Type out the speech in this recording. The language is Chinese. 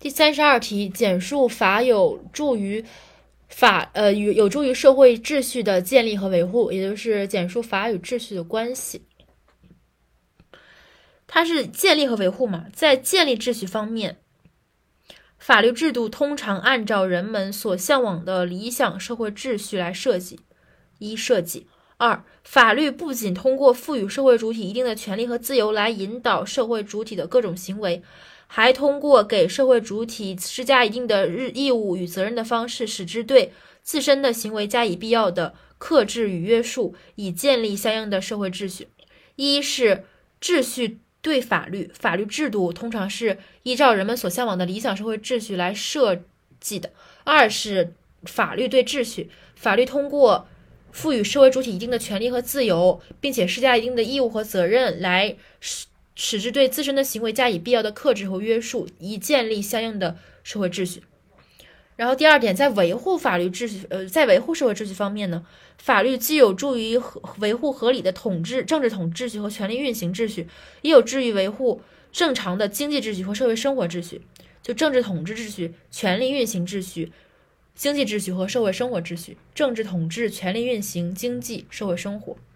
第32题，简述法有助于社会秩序的建立和维护，也就是简述法与秩序的关系。它是建立和维护嘛，在建立秩序方面，法律制度通常按照人们所向往的理想社会秩序来设计。二，法律不仅通过赋予社会主体一定的权利和自由来引导社会主体的各种行为，还通过给社会主体施加一定的义务与责任的方式，使之对自身的行为加以必要的克制与约束，以建立相应的社会秩序。一是秩序对法律，法律制度通常是依照人们所向往的理想社会秩序来设计的。二是法律对秩序，法律通过赋予社会主体一定的权利和自由，并且施加一定的义务和责任，来使之对自身的行为加以必要的克制和约束，以建立相应的社会秩序。然后第二点，在维护社会秩序方面呢，法律既有助于维护合理的政治统治秩序和权力运行秩序，也有助于维护正常的经济秩序和社会生活秩序。就政治统治秩序、权力运行秩序、经济秩序和社会生活秩序。政治统治、权力运行、经济、社会生活。